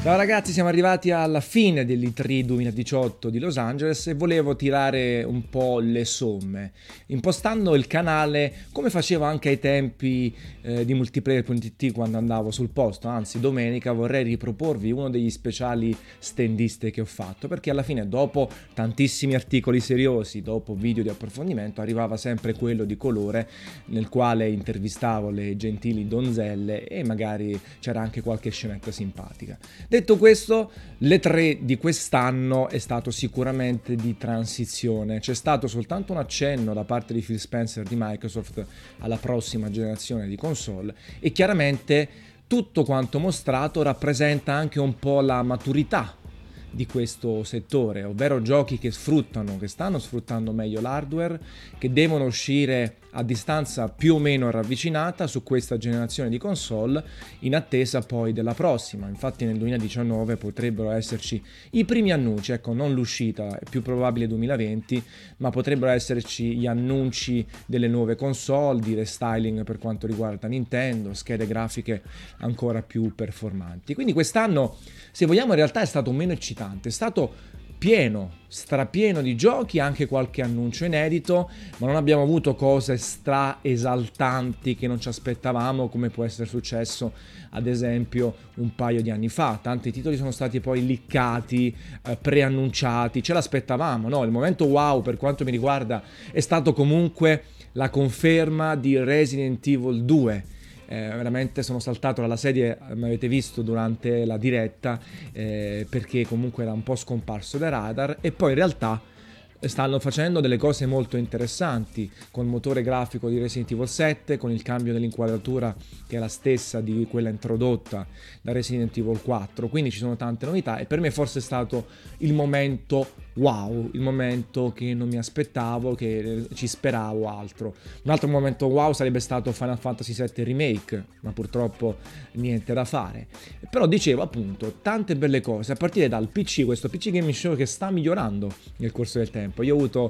Ciao ragazzi, siamo arrivati alla fine dell'E3 2018 di Los Angeles e volevo tirare un po' le somme, impostando il canale come facevo anche ai tempi di multiplayer.it quando andavo sul posto. Anzi, domenica vorrei riproporvi uno degli speciali standiste che ho fatto, perché alla fine, dopo tantissimi articoli seriosi, dopo video di approfondimento, arrivava sempre quello di colore nel quale intervistavo le gentili donzelle e magari c'era anche qualche scenetta simpatica. Detto questo, l'E3 di quest'anno è stato sicuramente di transizione. C'è stato soltanto un accenno da parte di Phil Spencer di Microsoft alla prossima generazione di console e chiaramente tutto quanto mostrato rappresenta anche un po' la maturità di questo settore, ovvero giochi che stanno sfruttando meglio l'hardware, che devono uscire a distanza più o meno ravvicinata su questa generazione di console, in attesa poi della prossima. Infatti nel 2019 potrebbero esserci i primi annunci, ecco, non l'uscita, è più probabile 2020, ma potrebbero esserci gli annunci delle nuove console, di restyling per quanto riguarda Nintendo, schede grafiche ancora più performanti. Quindi quest'anno, se vogliamo, in realtà è stato meno eccitante, è stato strapieno di giochi, anche qualche annuncio inedito, ma non abbiamo avuto cose stra esaltanti che non ci aspettavamo, come può essere successo ad esempio un paio di anni fa. Tanti titoli sono stati poi leakati, preannunciati, ce l'aspettavamo, no? Il momento wow per quanto mi riguarda è stato comunque la conferma di Resident Evil 2. Veramente sono saltato dalla sedia, mi avete visto durante la diretta, perché comunque era un po' scomparso dai radar, e poi in realtà stanno facendo delle cose molto interessanti col motore grafico di Resident Evil 7, con il cambio dell'inquadratura che è la stessa di quella introdotta da Resident Evil 4, quindi ci sono tante novità e per me forse è stato il momento wow, il momento che non mi aspettavo, che ci speravo altro. Un altro momento wow sarebbe stato Final Fantasy VII Remake, ma purtroppo niente da fare. Però dicevo appunto, tante belle cose a partire dal PC, questo PC Gaming Show che sta migliorando nel corso del tempo. Io ho avuto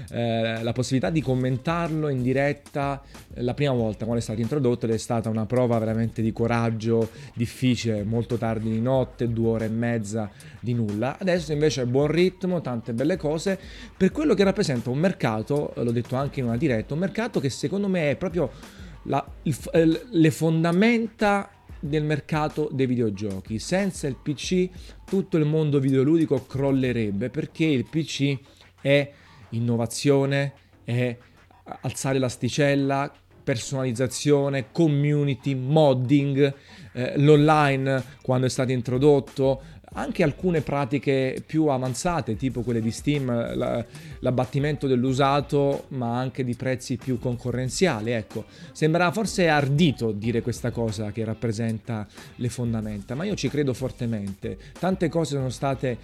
la possibilità di commentarlo in diretta la prima volta quando è stato introdotto ed è stata una prova veramente di coraggio difficile, molto tardi di notte, 2 ore e mezza di nulla. Adesso invece è buon ritmo, tante belle cose per quello che rappresenta un mercato, l'ho detto anche in una diretta, un mercato che secondo me è proprio le fondamenta del mercato dei videogiochi. Senza il PC tutto il mondo videoludico crollerebbe, perché il PC è innovazione, è alzare l'asticella, personalizzazione, community, modding, l'online quando è stato introdotto, anche alcune pratiche più avanzate tipo quelle di Steam, l'abbattimento dell'usato ma anche di prezzi più concorrenziali. Ecco, sembra forse ardito dire questa cosa che rappresenta le fondamenta, ma io ci credo fortemente. Tante cose sono state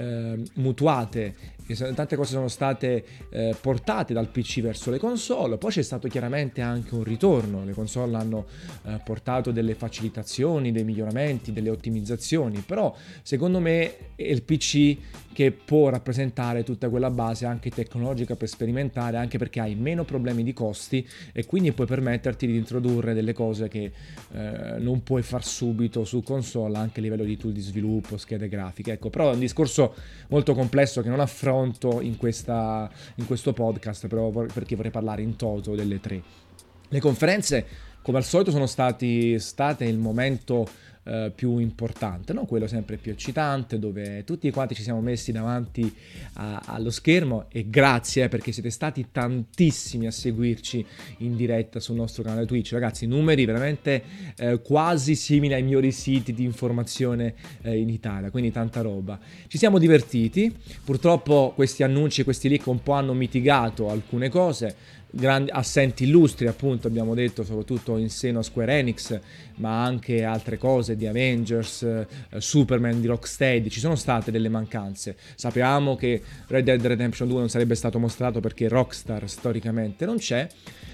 mutuate, tante cose sono state portate dal PC verso le console, poi c'è stato chiaramente anche un ritorno, le console hanno portato delle facilitazioni, dei miglioramenti, delle ottimizzazioni, però secondo me è il PC che può rappresentare tutta quella base anche tecnologica per sperimentare, anche perché hai meno problemi di costi e quindi puoi permetterti di introdurre delle cose che non puoi far subito su console, anche a livello di tool di sviluppo, schede grafiche. Ecco, però è un discorso molto complesso che non affronto in questo podcast, però perché vorrei parlare in toto delle tre. Le conferenze, come al solito, sono state il momento più importante, no? Quello sempre più eccitante, dove tutti quanti ci siamo messi davanti allo schermo, e grazie perché siete stati tantissimi a seguirci in diretta sul nostro canale Twitch, ragazzi, numeri veramente quasi simili ai migliori siti di informazione in Italia, quindi tanta roba. Ci siamo divertiti, purtroppo questi annunci, questi leak un po' hanno mitigato alcune cose, grandi assenti illustri appunto abbiamo detto, soprattutto in seno a Square Enix, ma anche altre cose di Avengers, Superman di Rocksteady. Ci sono state delle mancanze, sappiamo che Red Dead Redemption 2 non sarebbe stato mostrato perché Rockstar storicamente non c'è,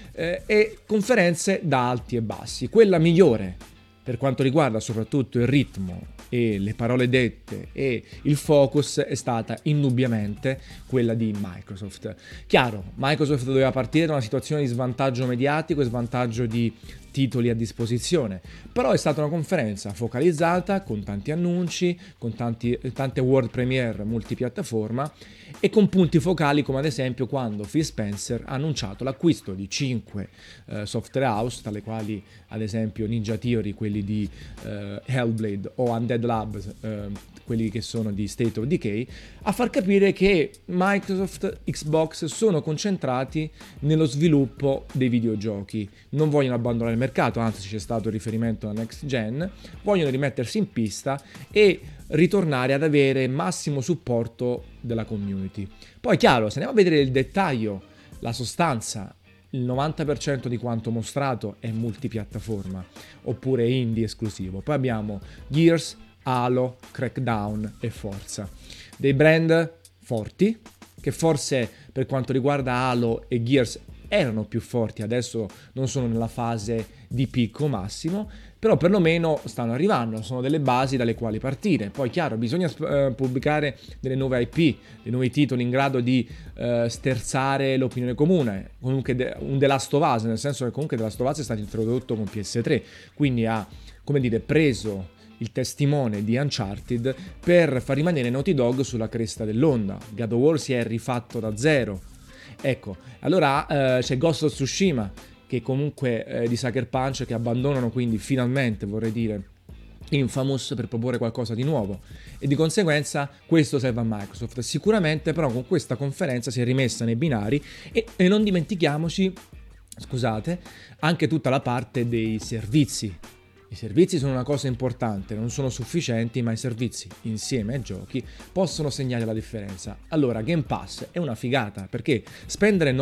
e conferenze da alti e bassi. Quella migliore per quanto riguarda soprattutto il ritmo e le parole dette e il focus è stata indubbiamente quella di Microsoft. Chiaro, Microsoft doveva partire da una situazione di svantaggio mediatico e svantaggio di titoli a disposizione, però è stata una conferenza focalizzata con tanti annunci, con tante world premiere multipiattaforma e con punti focali come ad esempio quando Phil Spencer ha annunciato l'acquisto di 5 software house, tra le quali ad esempio Ninja Theory, quelli di Hellblade, o Undead Labs, quelli che sono di State of Decay, a far capire che Microsoft, Xbox sono concentrati nello sviluppo dei videogiochi, non vogliono abbandonare il mercato, anzi c'è stato il riferimento alla next gen, vogliono rimettersi in pista e ritornare ad avere massimo supporto della community. Poi chiaro, se andiamo a vedere il dettaglio, la sostanza, il 90% di quanto mostrato è multipiattaforma oppure indie esclusivo. Poi abbiamo Gears, Halo, Crackdown e Forza. Dei brand forti che forse per quanto riguarda Halo e Gears erano più forti, adesso non sono nella fase di picco massimo, però perlomeno stanno arrivando, sono delle basi dalle quali partire. Poi chiaro, bisogna pubblicare delle nuove IP, dei nuovi titoli in grado di sterzare l'opinione comune, comunque un The Last of Us, nel senso che comunque The Last of Us è stato introdotto con PS3, quindi ha, come dire, preso il testimone di Uncharted per far rimanere Naughty Dog sulla cresta dell'onda. God of War si è rifatto da zero. Ecco, allora c'è Ghost of Tsushima, che comunque di Sucker Punch, che abbandonano quindi finalmente, vorrei dire, Infamous per proporre qualcosa di nuovo, e di conseguenza questo serve a Microsoft. Sicuramente però con questa conferenza si è rimessa nei binari e non dimentichiamoci, scusate, anche tutta la parte dei servizi. I servizi sono una cosa importante, non sono sufficienti, ma i servizi insieme ai giochi possono segnare la differenza. Allora, Game Pass è una figata, perché spendere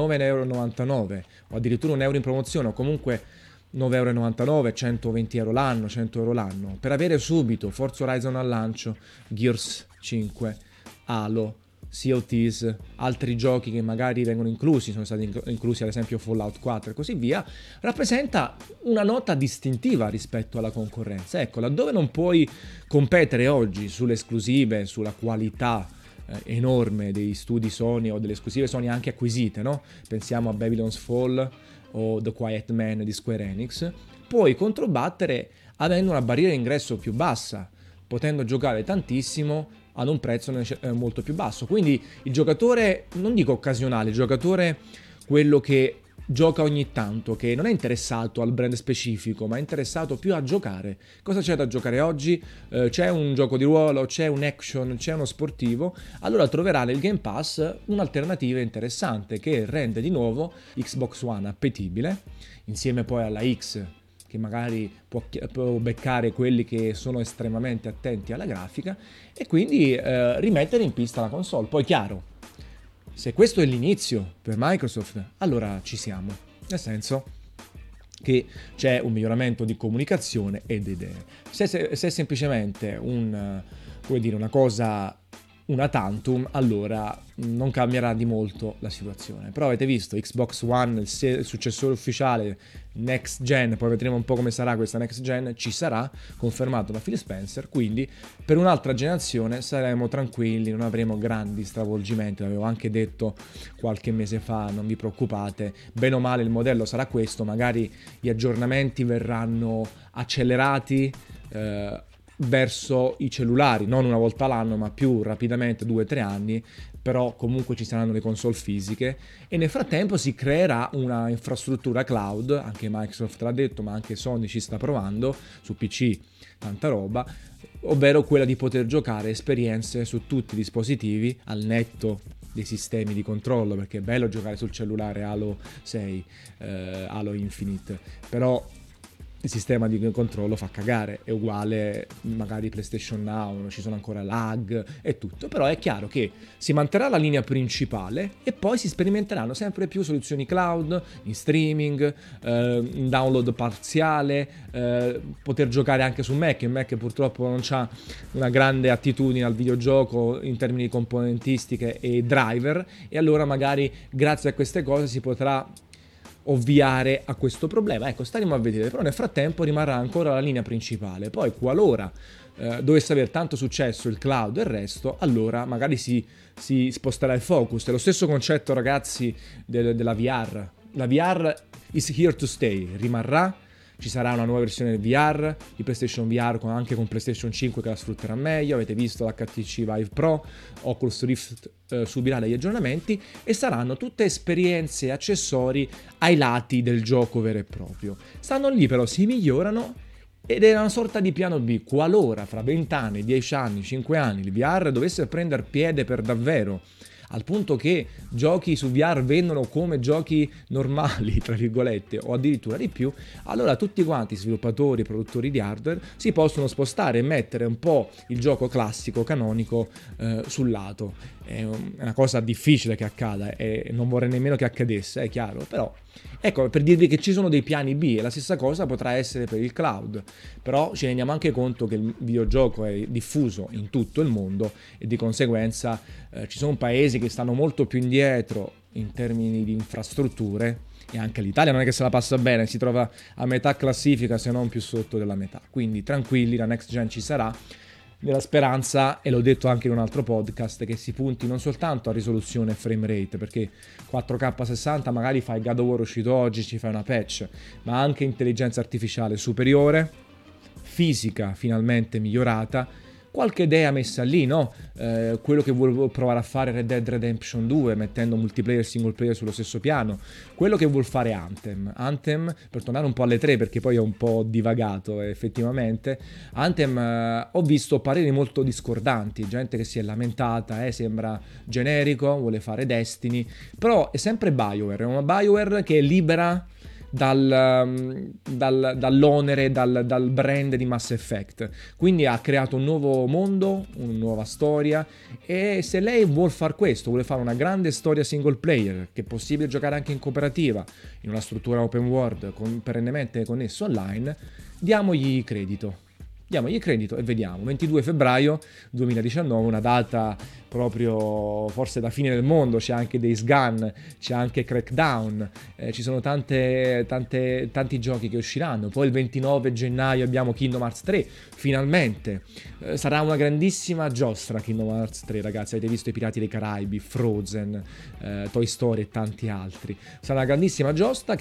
9,99 € o addirittura €1 in promozione, o comunque 9,99 €, 120 € l'anno, 100 € l'anno, per avere subito Forza Horizon al lancio, Gears 5, Halo, Sea of Thieves, altri giochi che magari vengono inclusi, sono stati inclusi ad esempio Fallout 4 e così via, rappresenta una nota distintiva rispetto alla concorrenza. Ecco, laddove non puoi competere oggi sulle esclusive, sulla qualità enorme dei studi Sony o delle esclusive Sony anche acquisite, no? Pensiamo a Babylon's Fall o The Quiet Man di Square Enix, puoi controbattere avendo una barriera d'ingresso più bassa, potendo giocare tantissimo ad un prezzo molto più basso. Quindi il giocatore, non dico occasionale, il giocatore quello che gioca ogni tanto, che non è interessato al brand specifico, ma è interessato più a giocare. Cosa c'è da giocare oggi? C'è un gioco di ruolo, c'è un action, c'è uno sportivo, allora troverà nel Game Pass un'alternativa interessante che rende di nuovo Xbox One appetibile, insieme poi alla X, che magari può beccare quelli che sono estremamente attenti alla grafica, e quindi rimettere in pista la console. Poi chiaro, se questo è l'inizio per Microsoft, allora ci siamo, nel senso che c'è un miglioramento di comunicazione e di idee. Se è semplicemente una cosa una tantum, allora non cambierà di molto la situazione. Però avete visto, Xbox One, il successore ufficiale, next gen, poi vedremo un po' come sarà questa next gen, ci sarà, confermato da Phil Spencer, quindi per un'altra generazione saremo tranquilli, non avremo grandi stravolgimenti, l'avevo anche detto qualche mese fa, non vi preoccupate, bene o male il modello sarà questo, magari gli aggiornamenti verranno accelerati, verso i cellulari, non una volta l'anno ma più rapidamente, 2-3 anni, però comunque ci saranno le console fisiche e nel frattempo si creerà una infrastruttura cloud, anche Microsoft l'ha detto ma anche Sony ci sta provando, su PC tanta roba, ovvero quella di poter giocare esperienze su tutti i dispositivi al netto dei sistemi di controllo, perché è bello giocare sul cellulare Halo 6, Halo Infinite, però il sistema di controllo fa cagare, è uguale magari PlayStation Now, non ci sono ancora lag e tutto, però è chiaro che si manterrà la linea principale e poi si sperimenteranno sempre più soluzioni cloud, in streaming, in download parziale, poter giocare anche su Mac. Il Mac purtroppo non ha una grande attitudine al videogioco in termini di componentistiche e driver, e allora magari grazie a queste cose si potrà ovviare a questo problema. Ecco, staremo a vedere, però nel frattempo rimarrà ancora la linea principale. Poi qualora dovesse avere tanto successo il cloud e il resto, allora magari si sposterà il focus. È lo stesso concetto, ragazzi, della VR. La VR is here to stay, rimarrà. Ci sarà una nuova versione del VR, di PlayStation VR anche con PlayStation 5 che la sfrutterà meglio. Avete visto l'HTC Vive Pro, Oculus Rift subirà degli aggiornamenti e saranno tutte esperienze e accessori ai lati del gioco vero e proprio. Stanno lì però, si migliorano ed è una sorta di piano B. Qualora fra 20 anni, 10 anni, 5 anni il VR dovesse prendere piede per davvero, al punto che giochi su VR vendono come giochi normali, tra virgolette, o addirittura di più, allora tutti quanti sviluppatori e produttori di hardware si possono spostare e mettere un po' il gioco classico, canonico, sul lato. È una cosa difficile che accada e non vorrei nemmeno che accadesse, è chiaro, però ecco, per dirvi che ci sono dei piani B e la stessa cosa potrà essere per il cloud, però ci rendiamo anche conto che il videogioco è diffuso in tutto il mondo e di conseguenza ci sono paesi che stanno molto più indietro in termini di infrastrutture e anche l'Italia non è che se la passa bene, si trova a metà classifica se non più sotto della metà, quindi tranquilli, la next gen ci sarà, nella speranza, e l'ho detto anche in un altro podcast, che si punti non soltanto a risoluzione e frame rate, perché 4K 60 magari fai God of War uscito oggi, ci fai una patch, ma anche intelligenza artificiale superiore, fisica finalmente migliorata, qualche idea messa lì, no? Quello che vuol provare a fare Red Dead Redemption 2 mettendo multiplayer e single player sullo stesso piano, quello che vuol fare Anthem, per tornare un po' alle 3 perché poi ho un po' divagato effettivamente, Anthem ho visto pareri molto discordanti, gente che si è lamentata, sembra generico, vuole fare Destiny, però è sempre BioWare, è una BioWare che è libera dall'onere, dal brand di Mass Effect, quindi ha creato un nuovo mondo, una nuova storia, e se lei vuol far questo, vuole fare una grande storia single player che è possibile giocare anche in cooperativa in una struttura open world perennemente connesso online, diamogli credito e vediamo. 22 febbraio 2019, una data proprio forse da fine del mondo, c'è anche Days Gone, c'è anche Crackdown, ci sono tanti giochi che usciranno. Poi il 29 gennaio abbiamo Kingdom Hearts 3, finalmente. Sarà una grandissima giostra Kingdom Hearts 3, ragazzi, avete visto i Pirati dei Caraibi, Frozen, Toy Story e tanti altri. Sarà una grandissima giostra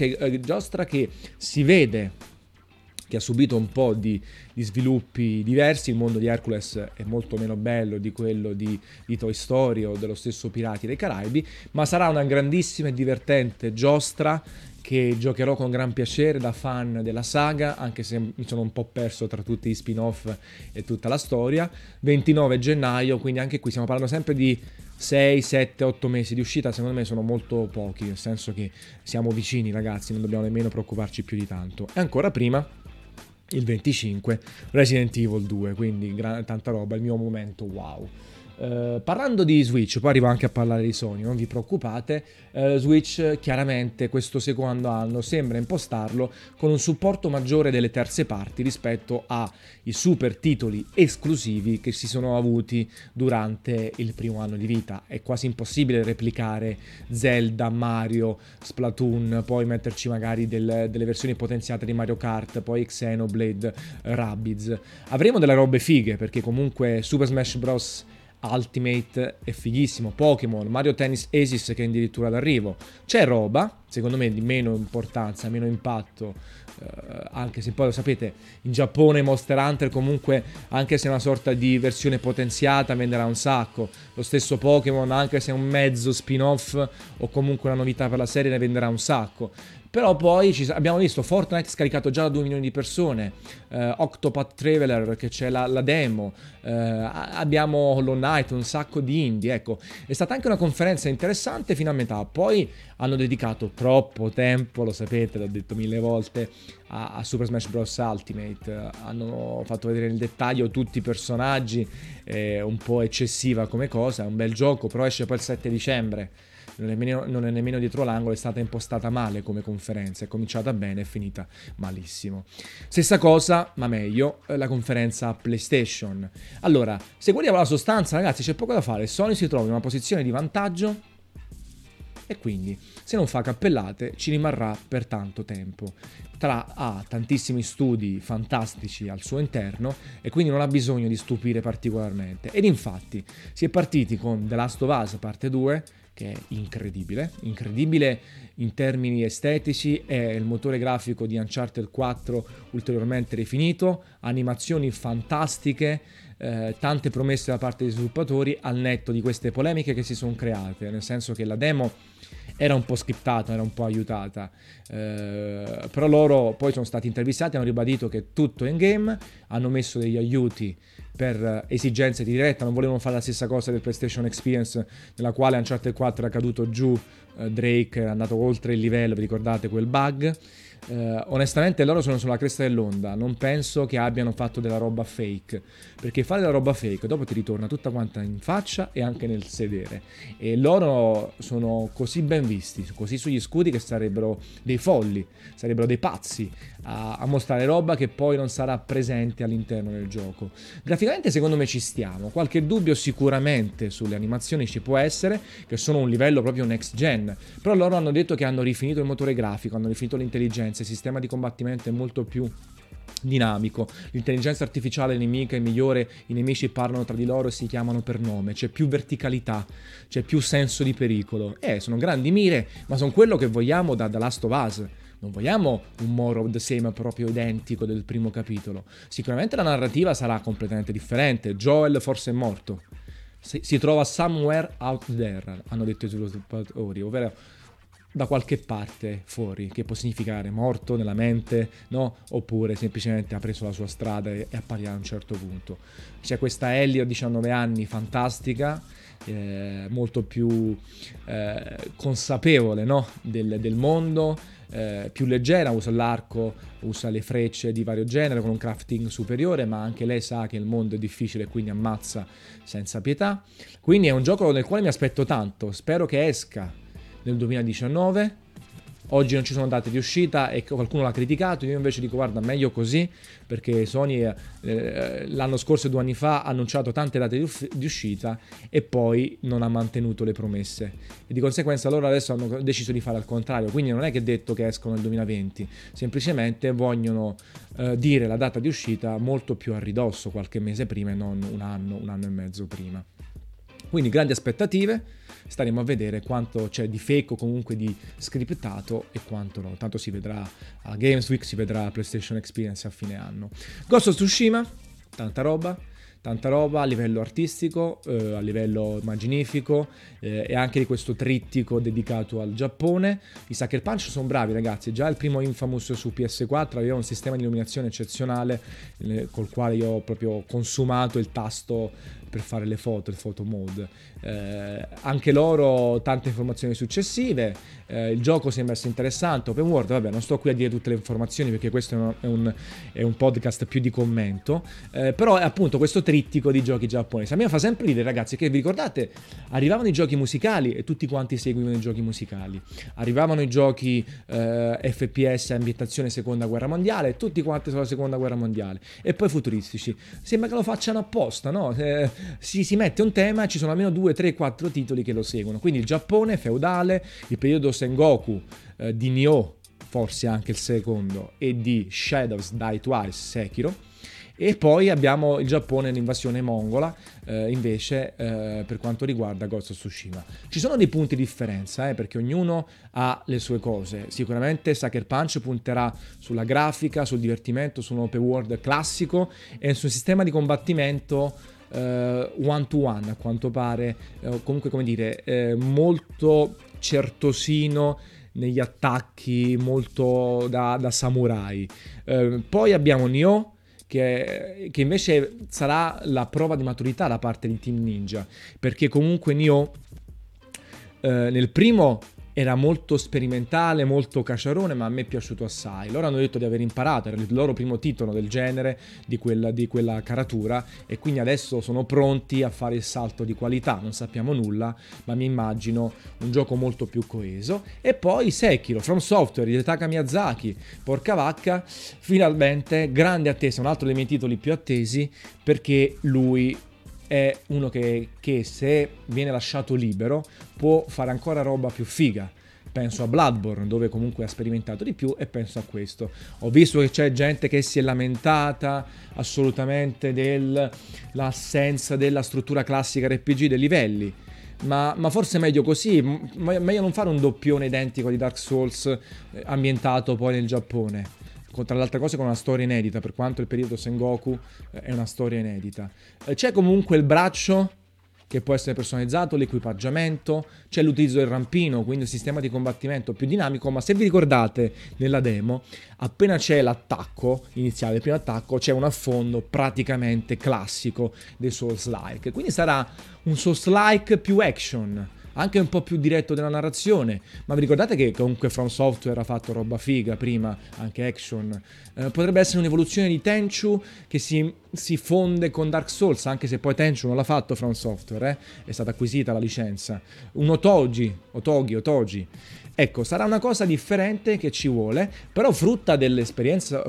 che si vede che ha subito un po' di sviluppi diversi. Il mondo di Hercules è molto meno bello di quello di Toy Story o dello stesso Pirati dei Caraibi, ma sarà una grandissima e divertente giostra che giocherò con gran piacere da fan della saga, anche se mi sono un po' perso tra tutti gli spin-off e tutta la storia. 29 gennaio, quindi anche qui stiamo parlando sempre di 6, 7, 8 mesi di uscita, secondo me sono molto pochi, nel senso che siamo vicini, ragazzi, non dobbiamo nemmeno preoccuparci più di tanto. E ancora prima, il 25, Resident Evil 2, quindi tanta roba, il mio momento wow. Parlando di Switch, poi arrivo anche a parlare di Sony, non vi preoccupate. Switch chiaramente questo secondo anno sembra impostarlo con un supporto maggiore delle terze parti rispetto ai super titoli esclusivi che si sono avuti durante il primo anno di vita. È quasi impossibile replicare Zelda, Mario, Splatoon, poi metterci magari delle versioni potenziate di Mario Kart, poi Xenoblade, Rabbids. Avremo delle robe fighe, perché comunque Super Smash Bros. Ultimate è fighissimo, Pokémon, Mario Tennis Aces che è addirittura d'arrivo. C'è roba, secondo me, di meno importanza, meno impatto, anche se poi lo sapete, in Giappone Monster Hunter comunque, anche se è una sorta di versione potenziata, venderà un sacco. Lo stesso Pokémon, anche se è un mezzo spin-off o comunque una novità per la serie, ne venderà un sacco. Però poi abbiamo visto Fortnite scaricato già da 2 milioni di persone, Octopath Traveler che c'è la demo, abbiamo Hollow Knight, un sacco di indie, ecco. È stata anche una conferenza interessante fino a metà, poi hanno dedicato troppo tempo, lo sapete, l'ho detto 1000 volte, a Super Smash Bros. Ultimate, hanno fatto vedere nel dettaglio tutti i personaggi, un po' eccessiva come cosa, è un bel gioco, però esce poi il 7 dicembre. Non è nemmeno dietro l'angolo, è stata impostata male come conferenza, è cominciata bene e finita malissimo. Stessa cosa, ma meglio, la conferenza PlayStation. Allora, se guardiamo la sostanza, ragazzi, c'è poco da fare. Sony si trova in una posizione di vantaggio e quindi se non fa cappellate ci rimarrà per tanto tempo. Ha tantissimi studi fantastici al suo interno e quindi non ha bisogno di stupire particolarmente. Ed infatti si è partiti con The Last of Us parte 2, che è incredibile in termini estetici, è il motore grafico di Uncharted 4 ulteriormente rifinito, animazioni fantastiche, tante promesse da parte dei sviluppatori, al netto di queste polemiche che si sono create, nel senso che la demo era un po' scriptata, era un po' aiutata, però loro poi sono stati intervistati, hanno ribadito che tutto è in game, hanno messo degli aiuti per esigenze di diretta, non volevano fare la stessa cosa del PlayStation Experience, nella quale Uncharted 4 era caduto giù, Drake era andato oltre il livello, vi ricordate quel bug? Onestamente loro sono sulla cresta dell'onda, non penso che abbiano fatto della roba fake, perché fare della roba fake dopo ti ritorna tutta quanta in faccia e anche nel sedere, e loro sono così ben visti, così sugli scudi, che sarebbero dei folli, sarebbero dei pazzi a mostrare roba che poi non sarà presente all'interno del gioco. Graficamente secondo me ci stiamo, qualche dubbio sicuramente sulle animazioni ci può essere, che sono un livello proprio next gen, però loro hanno detto che hanno rifinito il motore grafico, hanno rifinito l'intelligenza, il sistema di combattimento è molto più dinamico, l'intelligenza artificiale nemica è migliore, i nemici parlano tra di loro e si chiamano per nome, c'è più verticalità, c'è più senso di pericolo, sono grandi mire, ma sono quello che vogliamo da The Last of Us. Non vogliamo un more of the same proprio identico del primo capitolo. Sicuramente la narrativa sarà completamente differente. Joel forse è morto, si trova somewhere out there, hanno detto i sviluppatori, ovvero da qualche parte fuori, che può significare morto nella mente, no? Oppure semplicemente ha preso la sua strada e apparirà a un certo punto. C'è questa Ellie a 19 anni fantastica, molto più consapevole, no? del mondo, più leggera, usa l'arco, usa le frecce di vario genere con un crafting superiore, ma anche lei sa che il mondo è difficile e quindi ammazza senza pietà. Quindi è un gioco nel quale mi aspetto tanto, spero che esca nel 2019. Oggi non ci sono date di uscita e qualcuno l'ha criticato, io invece dico guarda, meglio così, perché Sony l'anno scorso e 2 anni fa ha annunciato tante date di uscita e poi non ha mantenuto le promesse, e di conseguenza loro adesso hanno deciso di fare al contrario, quindi non è che è detto che escono nel 2020, semplicemente vogliono dire la data di uscita molto più a ridosso, qualche mese prima e non un anno e mezzo prima. Quindi grandi aspettative, staremo a vedere quanto c'è di fake o comunque di scriptato e quanto no, tanto si vedrà a Games Week, si vedrà a PlayStation Experience a fine anno. Ghost of Tsushima, tanta roba a livello artistico, a livello immaginifico, e anche di questo trittico dedicato al Giappone. I Sucker Punch sono bravi ragazzi, già il primo Infamous su PS4 aveva un sistema di illuminazione eccezionale, col quale io ho proprio consumato il tasto per fare le foto, il photo mode. Anche loro tante informazioni successive, il gioco sembra essere interessante, open world, vabbè non sto qui a dire tutte le informazioni perché questo è un podcast più di commento, però è appunto questo trittico di giochi giapponesi. A me fa sempre ridere ragazzi, che vi ricordate, arrivavano i giochi musicali e tutti quanti seguivano i giochi musicali, arrivavano i giochi FPS ambientazione seconda guerra mondiale, tutti quanti sulla seconda guerra mondiale, e poi futuristici, sembra che lo facciano apposta, no? Si mette un tema e ci sono almeno 2, 3, 4 titoli che lo seguono, quindi il Giappone feudale, il periodo Sengoku, di Nioh, forse anche il secondo, e di Shadows Die Twice, Sekiro, e poi abbiamo il Giappone, l'invasione mongola, invece per quanto riguarda Ghost of Tsushima. Ci sono dei punti di differenza, perché ognuno ha le sue cose. Sicuramente Sucker Punch punterà sulla grafica, sul divertimento, su un open world classico e sul sistema di combattimento one to one, a quanto pare, comunque come dire, molto certosino negli attacchi, molto da samurai. Poi abbiamo Nioh, che invece sarà la prova di maturità da parte di Team Ninja, perché comunque Nioh nel primo era molto sperimentale, molto cacciarone, ma a me è piaciuto assai. Loro hanno detto di aver imparato, era il loro primo titolo del genere, di quella caratura, e quindi adesso sono pronti a fare il salto di qualità. Non sappiamo nulla, ma mi immagino un gioco molto più coeso. E poi Sekiro, From Software, di Taka Miyazaki, porca vacca, finalmente, grande attesa, un altro dei miei titoli più attesi, perché lui è uno che se viene lasciato libero può fare ancora roba più figa. Penso a Bloodborne, dove comunque ha sperimentato di più, e penso a questo. Ho visto che c'è gente che si è lamentata assolutamente dell'assenza della struttura classica RPG dei livelli. Ma forse è meglio così, meglio non fare un doppione identico di Dark Souls ambientato poi nel Giappone. Tra le altre cose con una storia inedita, per quanto il periodo Sengoku è una storia inedita. C'è comunque il braccio che può essere personalizzato, l'equipaggiamento, c'è l'utilizzo del rampino, quindi il sistema di combattimento più dinamico, ma se vi ricordate nella demo, appena c'è l'attacco iniziale, il primo attacco, c'è un affondo praticamente classico dei Souls-like, quindi sarà un Souls-like più action, anche un po' più diretto della narrazione, ma vi ricordate che comunque From Software ha fatto roba figa prima, anche action. Potrebbe essere un'evoluzione di Tenchu che si fonde con Dark Souls, anche se poi Tenchu non l'ha fatto From Software, è stata acquisita la licenza. Un Otogi. Ecco, sarà una cosa differente che ci vuole, però frutto dell'esperienza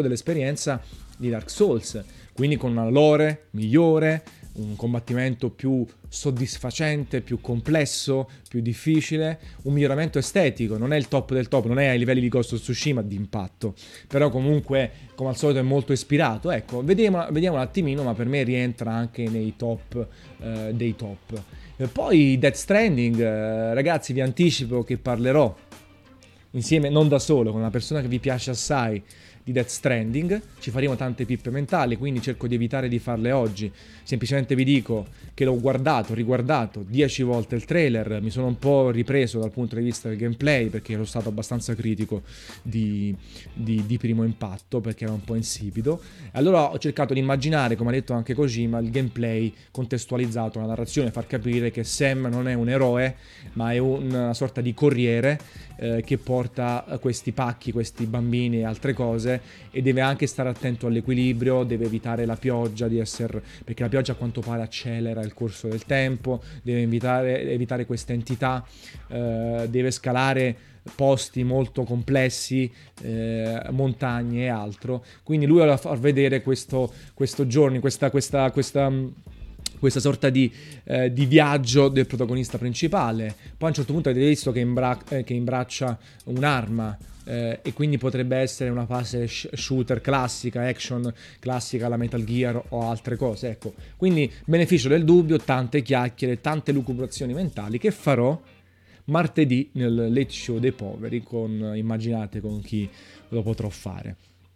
di Dark Souls, quindi con una lore migliore, un combattimento più soddisfacente, più complesso, più difficile, un miglioramento estetico, non è il top del top, non è ai livelli di Ghost of Tsushima di impatto, però comunque come al solito è molto ispirato. Ecco, vediamo un attimino, ma per me rientra anche nei top dei top. Poi Death Stranding, ragazzi, vi anticipo che parlerò insieme, non da solo, con una persona che vi piace assai, di Death Stranding. Ci faremo tante pippe mentali, quindi cerco di evitare di farle oggi. Semplicemente vi dico che l'ho riguardato 10 volte il trailer, mi sono un po' ripreso dal punto di vista del gameplay, perché ero stato abbastanza critico di primo impatto, perché era un po' insipido. Allora ho cercato di immaginare, come ha detto anche Kojima, il gameplay contestualizzato, la narrazione, far capire che Sam non è un eroe, ma è una sorta di corriere che porta questi pacchi, questi bambini e altre cose, e deve anche stare attento all'equilibrio, deve evitare la pioggia, perché la pioggia a quanto pare accelera il corso del tempo, deve evitare queste entità, deve scalare posti molto complessi, montagne e altro. Quindi lui vuole far vedere questo giorno, questa sorta di viaggio del protagonista principale. Poi a un certo punto avete visto che imbraccia un'arma, e quindi potrebbe essere una fase shooter classica, action classica, la Metal Gear o altre cose. Ecco, quindi beneficio del dubbio, tante chiacchiere, tante lucubrazioni mentali che farò martedì nel Late Show dei poveri, immaginate con chi lo potrò fare.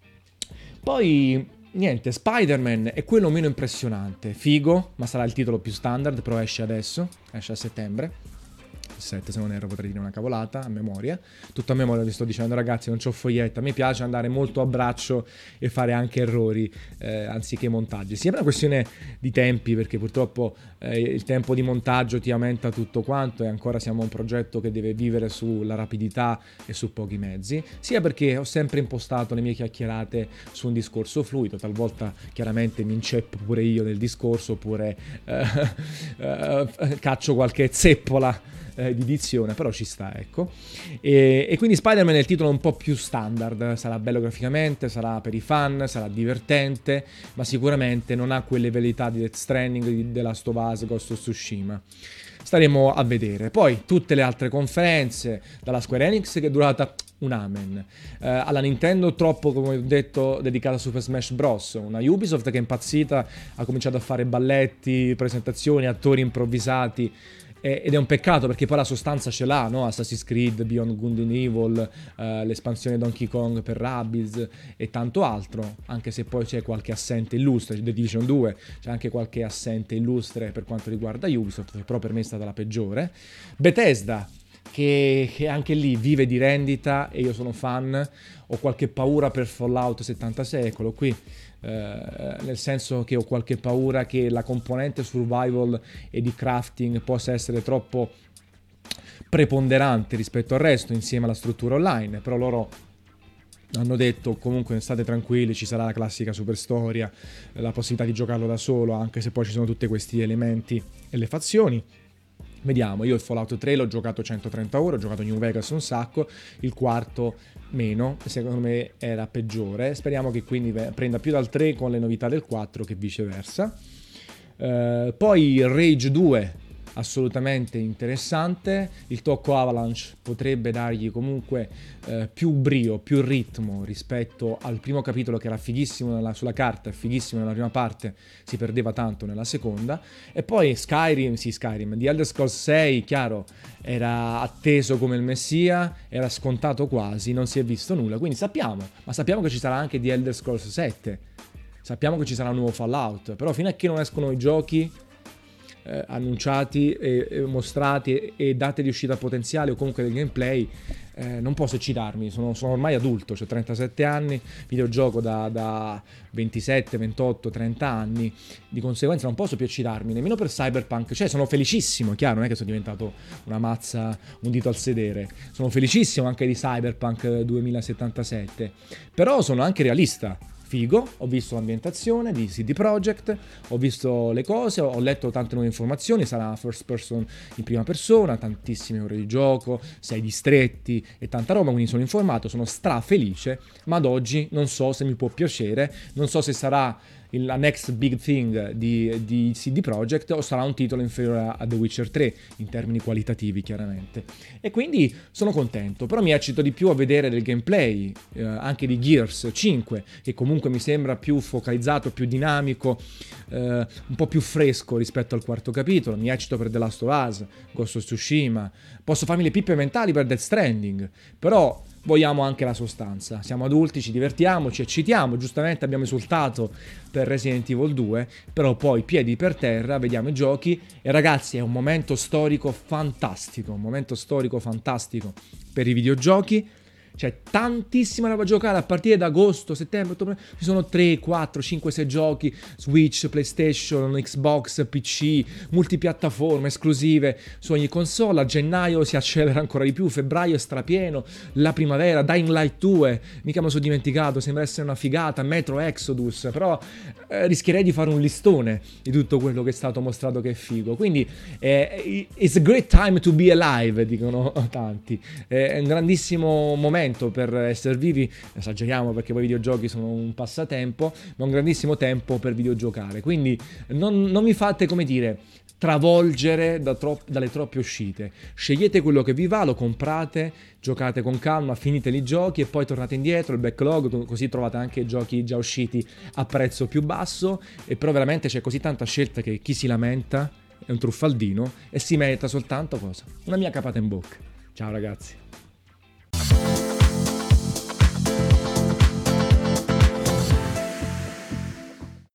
Poi niente, Spider-Man è quello meno impressionante, figo, ma sarà il titolo più standard, però esce adesso, esce a settembre. 7 se non erro, potrei dire una cavolata a memoria, tutto a memoria vi sto dicendo, ragazzi, non c'ho foglietta, mi piace andare molto a braccio e fare anche errori anziché montaggi. Sì, è una questione di tempi, perché purtroppo il tempo di montaggio ti aumenta tutto quanto, e ancora siamo un progetto che deve vivere sulla rapidità e su pochi mezzi, sia perché ho sempre impostato le mie chiacchierate su un discorso fluido, talvolta chiaramente mi inceppo pure io nel discorso, oppure caccio qualche zeppola di dizione, però ci sta, ecco. E quindi Spider-Man è il titolo un po' più standard, sarà bello graficamente, sarà per i fan, sarà divertente, ma sicuramente non ha quelle velleità di Death Stranding, di The Last of Us, Ghost of Tsushima. Staremo a vedere. Poi tutte le altre conferenze, dalla Square Enix che è durata un amen, alla Nintendo troppo, come ho detto, dedicata a Super Smash Bros, una Ubisoft che è impazzita, ha cominciato a fare balletti, presentazioni, attori improvvisati, ed è un peccato, perché poi la sostanza ce l'ha, no? Assassin's Creed, Beyond Good and Evil, l'espansione Donkey Kong per Rabbids e tanto altro, anche se poi c'è qualche assente illustre. The Division 2 c'è anche qualche assente illustre per quanto riguarda Ubisoft, che però per me è stata la peggiore. Bethesda, che anche lì vive di rendita, e io sono fan, ho qualche paura per Fallout 76, eccolo qui, nel senso che ho qualche paura che la componente survival e di crafting possa essere troppo preponderante rispetto al resto, insieme alla struttura online. Però loro hanno detto comunque state tranquilli, ci sarà la classica super storia, la possibilità di giocarlo da solo, anche se poi ci sono tutti questi elementi e le fazioni. Vediamo, io il Fallout 3 l'ho giocato 130 ore, ho giocato New Vegas un sacco, il quarto meno, secondo me era peggiore, speriamo che quindi prenda più dal 3 con le novità del 4 che viceversa. Poi Rage 2, assolutamente interessante. Il tocco Avalanche potrebbe dargli comunque più brio, più ritmo rispetto al primo capitolo, che era fighissimo sulla carta, fighissimo nella prima parte, si perdeva tanto nella seconda. E poi Skyrim, The Elder Scrolls 6, chiaro, era atteso come il messia, era scontato quasi, non si è visto nulla, quindi sappiamo che ci sarà anche The Elder Scrolls 7, sappiamo che ci sarà un nuovo Fallout, però fino a che non escono i giochi annunciati e mostrati e date di uscita potenziale o comunque del gameplay, non posso eccitarmi, sono ormai adulto, ho 37 anni, videogioco da 27, 28, 30 anni, di conseguenza non posso più eccitarmi, nemmeno per Cyberpunk, cioè sono felicissimo, chiaro, non è che sono diventato una mazza, un dito al sedere, sono felicissimo anche di Cyberpunk 2077, però sono anche realista. Figo, ho visto l'ambientazione di CD Projekt, ho visto le cose, ho letto tante nuove informazioni, sarà first person in prima persona, tantissime ore di gioco, 6 distretti e tanta roba, quindi sono informato, sono strafelice, ma ad oggi non so se mi può piacere, non so se sarà la next big thing di CD Projekt o sarà un titolo inferiore a The Witcher 3 in termini qualitativi, chiaramente, e quindi sono contento, però mi eccito di più a vedere del gameplay anche di Gears 5, che comunque mi sembra più focalizzato, più dinamico, un po' più fresco rispetto al quarto capitolo. Mi eccito per The Last of Us, Ghost of Tsushima, posso farmi le pippe mentali per Death Stranding, però vogliamo anche la sostanza, siamo adulti, ci divertiamo, ci eccitiamo, giustamente abbiamo esultato per Resident Evil 2, però poi piedi per terra, vediamo i giochi e ragazzi è un momento storico fantastico, per i videogiochi. C'è tantissima roba da giocare a partire da agosto, settembre, ottobre. Ci sono 3, 4, 5, 6 giochi, Switch, PlayStation, Xbox, PC, multipiattaforme esclusive su ogni console. A gennaio si accelera ancora di più, febbraio è strapieno, la primavera, Dying Light 2, mica me lo sono dimenticato, sembra essere una figata, Metro Exodus, però rischierei di fare un listone di tutto quello che è stato mostrato che è figo. Quindi it's a great time to be alive, dicono tanti. È un grandissimo momento per essere vivi, esageriamo perché poi i videogiochi sono un passatempo, ma un grandissimo tempo per videogiocare, quindi non mi fate, come dire, travolgere dalle troppe uscite. Scegliete quello che vi va, lo comprate, giocate con calma, finite i giochi e poi tornate indietro, il backlog, così trovate anche giochi già usciti a prezzo più basso, e però veramente c'è così tanta scelta che chi si lamenta è un truffaldino e si merita soltanto cosa? Una mia capata in bocca. Ciao ragazzi.